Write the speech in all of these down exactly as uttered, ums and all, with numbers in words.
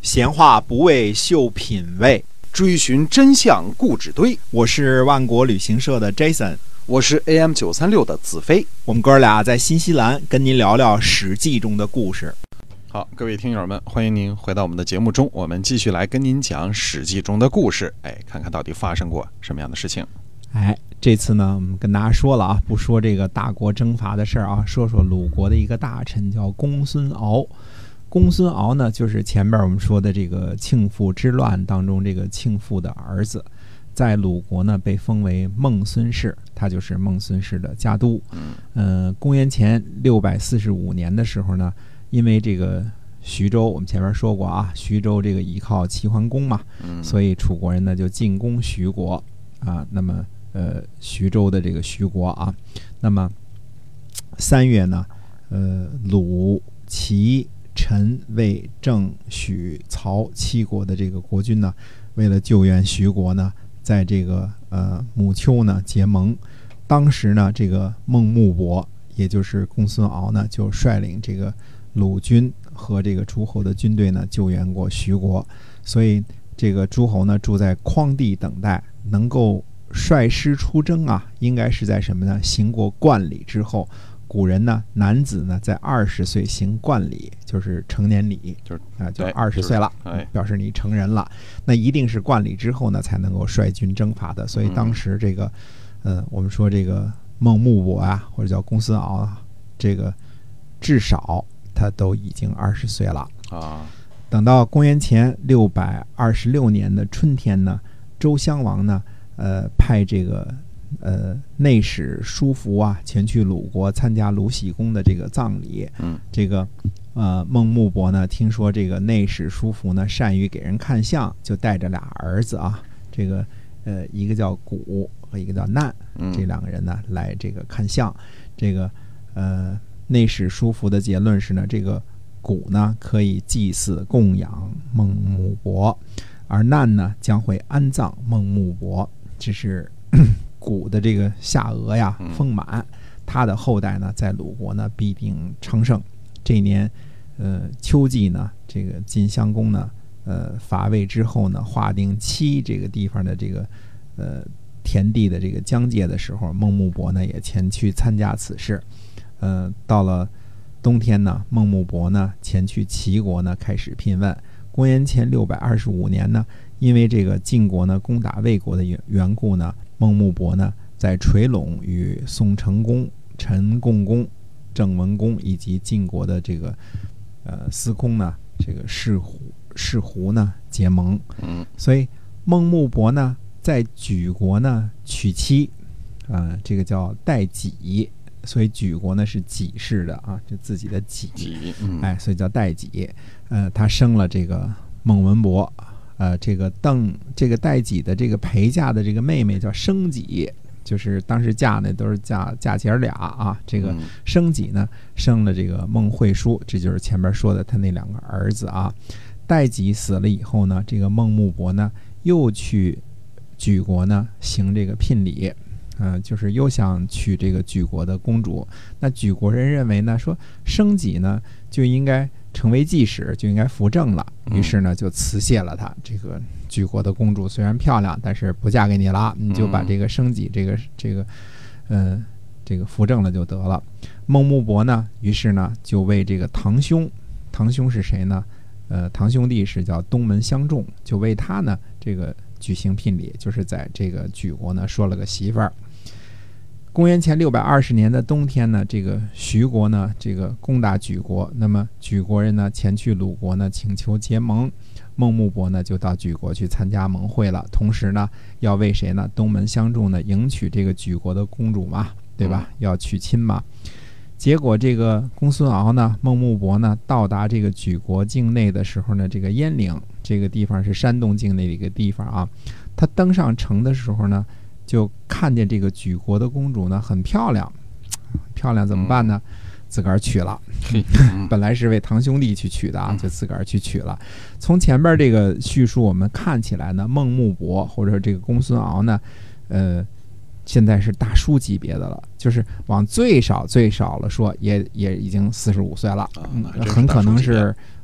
闲话不为秀品味， 追寻真相故纸堆。 我是万国旅行社的 Jason， 我是 A M 九三六 的子飞。 我们哥俩在新西兰跟您聊聊《史记》中的故事。 好，各位听友们，欢迎您回到我们的节目中，我们继续来跟您讲《史记》中的故事。哎，看看到底发生过什么样的事情。 哎，这次呢，我们跟大家说了啊，不说这个大国征伐的事儿啊，说说鲁国的一个大臣叫公孙敖。公孙敖呢，就是前边我们说的这个庆父之乱当中这个庆父的儿子，在鲁国呢被封为孟孙氏，他就是孟孙氏的家督。呃，公元前六百四十五年的时候呢，因为这个徐州，我们前面说过啊，徐州这个依靠齐桓公嘛，所以楚国人呢就进攻徐国啊。那么呃，徐州的这个徐国啊，那么三月呢，呃，鲁、齐、陈、魏、郑、许、曹七国的这个国君呢，为了救援徐国呢，在这个呃母丘呢结盟。当时呢，这个孟穆伯，也就是公孙敖呢，就率领这个鲁军和这个诸侯的军队呢，救援过徐国。所以这个诸侯呢，住在匡地等待，能够率师出征啊，应该是在什么呢？行过冠礼之后。古人呢，男子呢在二十岁行冠礼，就是成年礼，就是啊，就二十岁了，表示你成人了。那一定是冠礼之后呢，才能够率军征伐的。所以当时这个，呃，我们说这个孟穆伯啊，或者叫公孙敖啊，这个至少他都已经二十岁了啊。等到公元前六百二十六年的春天呢，周襄王呢，呃，派这个。呃，内史叔服啊，前去鲁国参加鲁僖公的这个葬礼。嗯，这个呃，孟穆伯呢，听说这个内史叔服呢善于给人看相，就带着俩儿子啊，这个呃，一个叫古和一个叫难，这两个人呢来这个看相。这个呃，内史叔服的结论是呢，这个古呢可以祭祀供养孟穆伯，而难呢将会安葬孟穆伯。这是。古的这个下颚呀丰满，他的后代呢在鲁国呢必定昌盛。这一年呃秋季呢，这个晋襄公呢呃伐魏之后呢，划定七这个地方的这个呃田地的这个疆界的时候，孟穆伯呢也前去参加此事。呃到了冬天呢，孟穆伯呢前去齐国呢开始聘问。公元前六百二十五年呢，因为这个晋国呢攻打魏国的缘故呢，孟穆伯呢在垂陇与宋成公、陈共公、郑文公以及晋国的这个呃司空呢，这个士胡士胡呢结盟。嗯，所以孟穆伯呢在莒国呢娶妻，啊、呃，这个叫代己。所以莒国呢是己氏的啊，就自己的己，嗯、哎，所以叫代己。呃，他生了这个孟文伯，呃，这个邓这个代己的这个陪嫁的这个妹妹叫生己，就是当时嫁呢都是嫁嫁姐俩啊。这个生己呢生了这个孟惠叔，这就是前面说的他那两个儿子啊。代己死了以后呢，这个孟穆伯呢又去莒国呢行这个聘礼。呃，就是又想娶这个莒国的公主。那莒国人认为呢，说生己呢就应该成为继室，就应该扶正了。于是呢，就辞谢了他。这个莒国的公主虽然漂亮，但是不嫁给你了，你就把这个生己这个这个，呃，这个扶正了就得了。孟穆伯呢，于是呢就为这个堂兄，堂兄是谁呢？呃，堂兄弟是叫东门相仲，就为他呢这个举行聘礼，就是在这个莒国呢说了个媳妇儿。公元前六百二十年的冬天呢，这个徐国呢，这个攻打莒国，那么莒国人呢前去鲁国呢请求结盟，孟穆伯呢就到莒国去参加盟会了，同时呢要为谁呢？东门相仲呢迎娶这个莒国的公主嘛，对吧？要娶亲嘛。结果这个公孙敖呢，孟穆伯呢到达这个莒国境内的时候呢，这个鄢陵这个地方是山东境内的一个地方啊，他登上城的时候呢。就看见这个莒国的公主呢很漂亮，漂亮怎么办呢？自个儿娶了。本来是为堂兄弟去娶的啊，就自个儿去娶了。从前边这个叙述我们看起来呢，孟穆伯或者这个公孙敖呢，呃，现在是大叔级别的了，就是往最少最少了说，也也已经四十五岁了，嗯，很可能是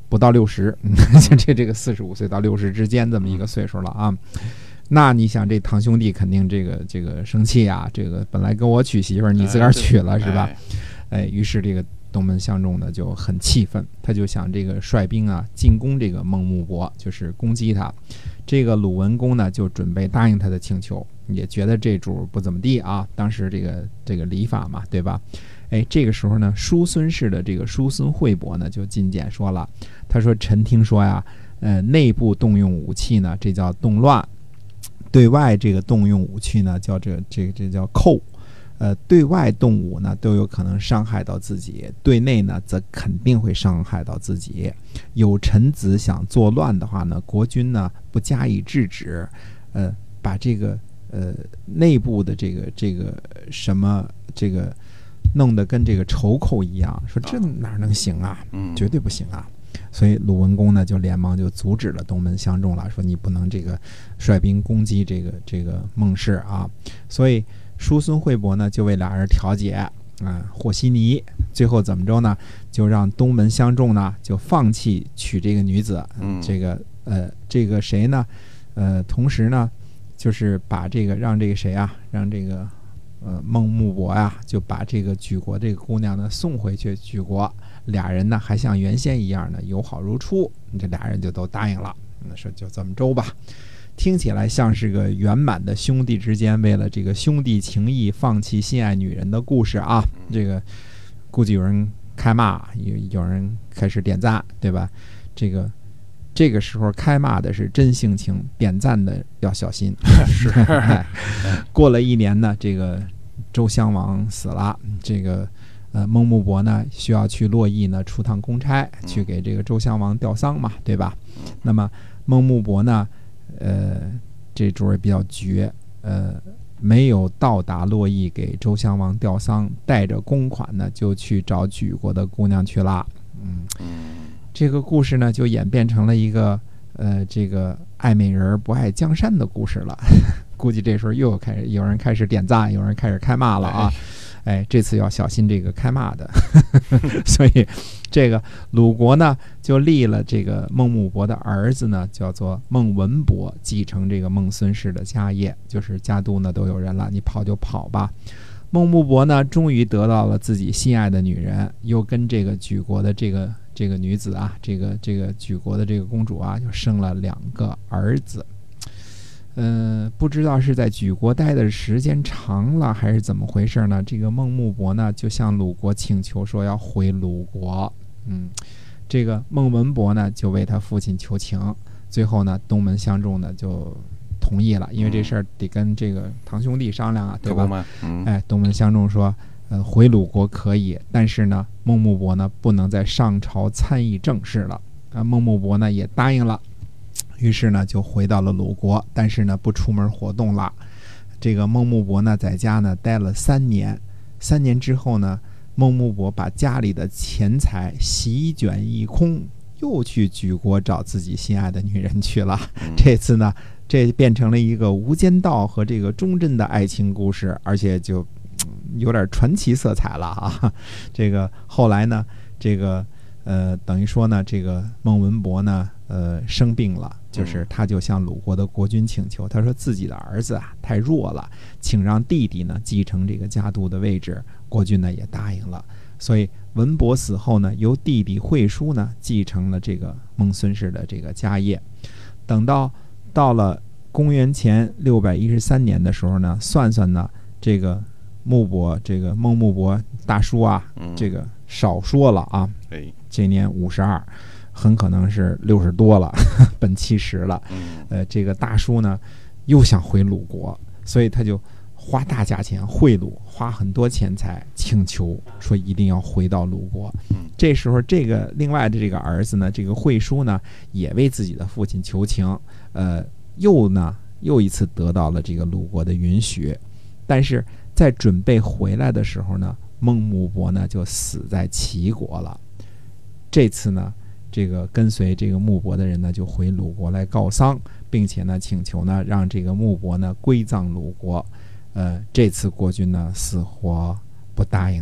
不到六十，这这个四十五岁到六十之间这么一个岁数了啊。那你想这堂兄弟肯定这个这个生气啊，这个本来跟我娶媳妇儿，你自个儿娶了是吧？哎，于是这个东门相中呢就很气愤，他就想这个率兵啊进攻这个孟木伯，就是攻击他。这个鲁文公呢就准备答应他的请求，也觉得这主不怎么地啊，当时这个这个礼法嘛，对吧？哎，这个时候呢，叔孙氏的这个叔孙惠伯呢就进谏说了，他说：“臣听说呀，呃，内部动用武器呢，这叫动乱；对外这个动用武器呢，叫这这这叫寇。呃，对外动武呢，都有可能伤害到自己；对内呢，则肯定会伤害到自己。有臣子想作乱的话呢，国君呢不加以制止，呃，把这个呃内部的这个这个什么这个。”弄得跟这个仇寇一样，说这哪能行啊，绝对不行啊。所以鲁文公呢就连忙就阻止了东门相中了，说你不能这个率兵攻击这个这个孟氏啊。所以叔孙惠伯呢就为俩人调解啊、呃、和稀泥，最后怎么着呢，就让东门相中呢就放弃娶这个女子，这个呃这个谁呢呃同时呢就是把这个让这个谁啊让这个呃，孟木伯呀、啊，就把这个举国这个姑娘呢送回去举国，俩人呢还像原先一样呢友好如初，这俩人就都答应了。那说就这么着吧，听起来像是个圆满的兄弟之间为了这个兄弟情谊放弃心爱女人的故事啊。这个估计有人开骂，有有人开始点赞，对吧？这个这个时候开骂的是真性情，点赞的要小心。 是。 过了一年呢，这个周襄王死了，这个呃孟木伯呢需要去洛邑呢出趟公差，去给这个周襄王吊丧嘛，对吧？那么孟木伯呢，呃，这主儿比较绝，呃，没有到达洛邑给周襄王吊丧，带着公款呢就去找举国的姑娘去了。嗯，这个故事呢就演变成了一个呃这个爱美人不爱江山的故事了。估计这时候又开始有人开始点赞，有人开始开骂了啊！哎，这次要小心这个开骂的。所以，这个鲁国呢就立了这个孟木伯的儿子呢，叫做孟文伯，继承这个孟孙氏的家业，就是家督呢都有人了，你跑就跑吧。孟木伯呢，终于得到了自己心爱的女人，又跟这个举国的这个这个女子啊，这个这个举国的这个公主啊，就生了两个儿子。呃，不知道是在举国待的时间长了，还是怎么回事呢？这个孟木伯呢，就向鲁国请求说要回鲁国。嗯，这个孟文伯呢，就为他父亲求情。最后呢，东门相中呢就同意了，因为这事儿得跟这个堂兄弟商量啊，对吧？嗯、哎，东门相中说，呃，回鲁国可以，但是呢，孟木伯呢不能在上朝参议政事了。啊，孟木伯呢也答应了。于是呢，就回到了鲁国，但是呢，不出门活动了。这个孟木伯呢，在家呢待了三年。三年之后呢，孟木伯把家里的钱财席卷一空，又去举国找自己心爱的女人去了。这次呢，这变成了一个无间道和这个忠贞的爱情故事，而且就、嗯、有点传奇色彩了啊。这个后来呢，这个呃，等于说呢，这个孟文伯呢。呃，生病了，就是他就向鲁国的国君请求，他说自己的儿子啊太弱了，请让弟弟呢继承这个家督的位置。国君呢也答应了，所以文伯死后呢，由弟弟惠叔呢继承了这个孟孙氏的这个家业。等到到了公元前六百一十三年的时候呢，算算呢，这个木伯这个孟木伯大叔啊，这个少说了啊，这年五十二。很可能是六十多了，奔七十了。呃，这个大叔呢，又想回鲁国，所以他就花大价钱贿赂，花很多钱财，请求说一定要回到鲁国。这时候，这个另外的这个儿子呢，这个惠叔呢，也为自己的父亲求情，呃，又呢又一次得到了这个鲁国的允许。但是在准备回来的时候呢，孟木伯呢就死在齐国了。这次呢。这个跟随这个木伯的人呢，就回鲁国来告丧，并且呢，请求呢，让这个木伯呢归葬鲁国。呃，这次国君呢，死活不答应了。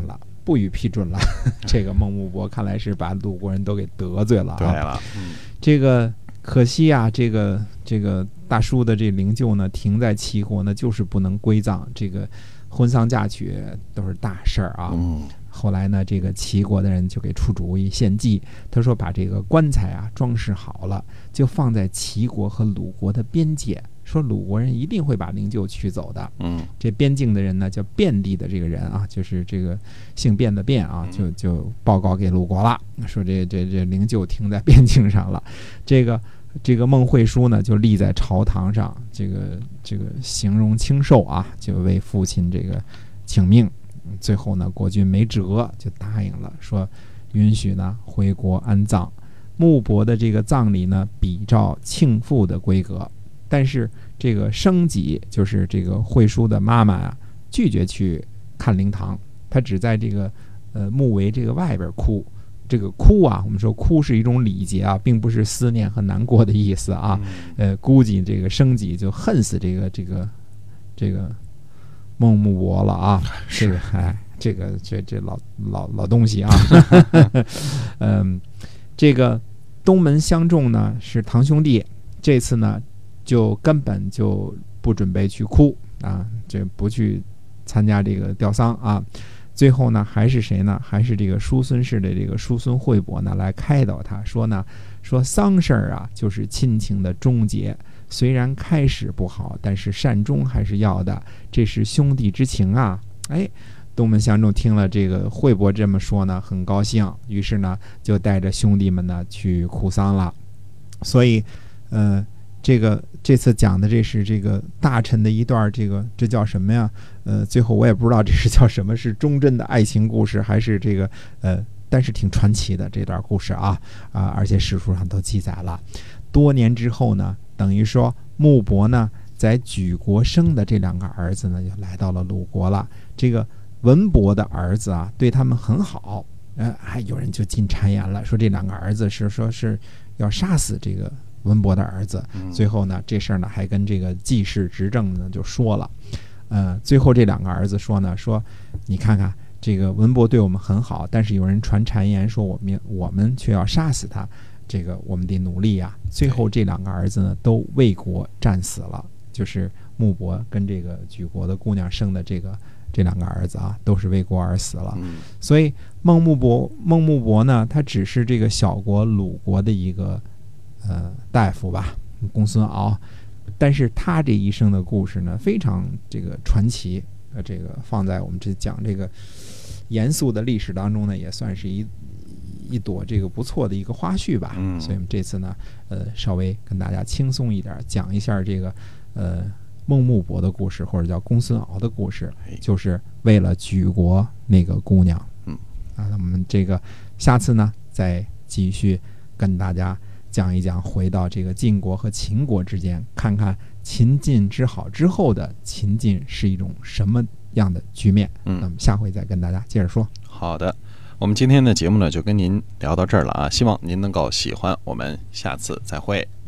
不予批准了。这个孟木伯看来是把鲁国人都给得罪了啊。 对了，嗯， 这个可惜啊，这个这个大叔的这灵柩呢，停在齐国呢，就是不能归葬。这个婚丧嫁娶都是大事儿啊。 嗯， 后来呢，这个齐国的人就给出主意献计，他说把这个棺材啊装饰好了，就放在齐国和鲁国的边界，说鲁国人一定会把灵柩取走的。 嗯， 这边境的人呢，叫卞地的这个人啊，就是这个姓卞的卞啊，就就报告给鲁国了，说这这这灵柩停在边境上了。这个这个孟惠叔呢，就立在朝堂上，这个这个形容清瘦啊，就为父亲这个请命。最后呢，国君没辙，就答应了，说允许呢回国安葬。穆伯的这个葬礼呢，比照庆父的规格，但是这个生己就是这个惠叔的妈妈啊，拒绝去看灵堂，她只在这个呃墓围这个外边哭。这个哭啊，我们说哭是一种礼节啊，并不是思念和难过的意思啊。呃，估计这个生己就恨死这个这个这个孟木伯了啊。这个哎，这个这这老老老东西啊。嗯，这个东门相仲呢是堂兄弟，这次呢就根本就不准备去哭啊，这不去参加这个吊丧啊。最后呢，还是谁呢？还是这个叔孙氏的这个叔孙惠伯呢，来开导他说呢，说丧事儿啊，就是亲情的终结。虽然开始不好，但是善终还是要的，这是兄弟之情啊。哎，东门相仲听了这个惠伯这么说呢，很高兴，于是呢，就带着兄弟们呢去哭丧了。所以，呃。这个这次讲的这是这个大臣的一段，这个这叫什么呀？呃，最后我也不知道这是叫什么，是忠贞的爱情故事，还是这个呃，但是挺传奇的这段故事啊啊！而且史书上都记载了。多年之后呢，等于说穆伯呢，在举国生的这两个儿子呢，就来到了鲁国了。这个文伯的儿子啊，对他们很好，呃，还有人就进谗言了，说这两个儿子是说是要杀死这个文伯的儿子。最后呢，这事儿呢还跟这个季氏执政呢就说了，呃，最后这两个儿子说呢，说你看看这个文伯对我们很好，但是有人传谗言说我们我们却要杀死他，这个我们得努力呀。最后这两个儿子呢都为国战死了，就是穆伯跟这个举国的姑娘生的这个这两个儿子啊，都是为国而死了。所以孟木伯孟木伯呢，他只是这个小国鲁国的一个呃，大夫吧，公孙敖，但是他这一生的故事呢，非常这个传奇。呃，这个放在我们这讲这个严肃的历史当中呢，也算是一一朵这个不错的一个花絮吧。 嗯， 所以我们这次呢，呃，稍微跟大家轻松一点，讲一下这个呃孟木伯的故事，或者叫公孙敖的故事，就是为了举国那个姑娘。 嗯， 啊，那我们这个下次呢，再继续跟大家讲一讲，回到这个晋国和秦国之间，看看秦晋之好之后的秦晋是一种什么样的局面。 嗯， 那么下回再跟大家接着说。 好的，我们今天的节目呢就跟您聊到这儿了啊，希望您能够喜欢，我们下次再会。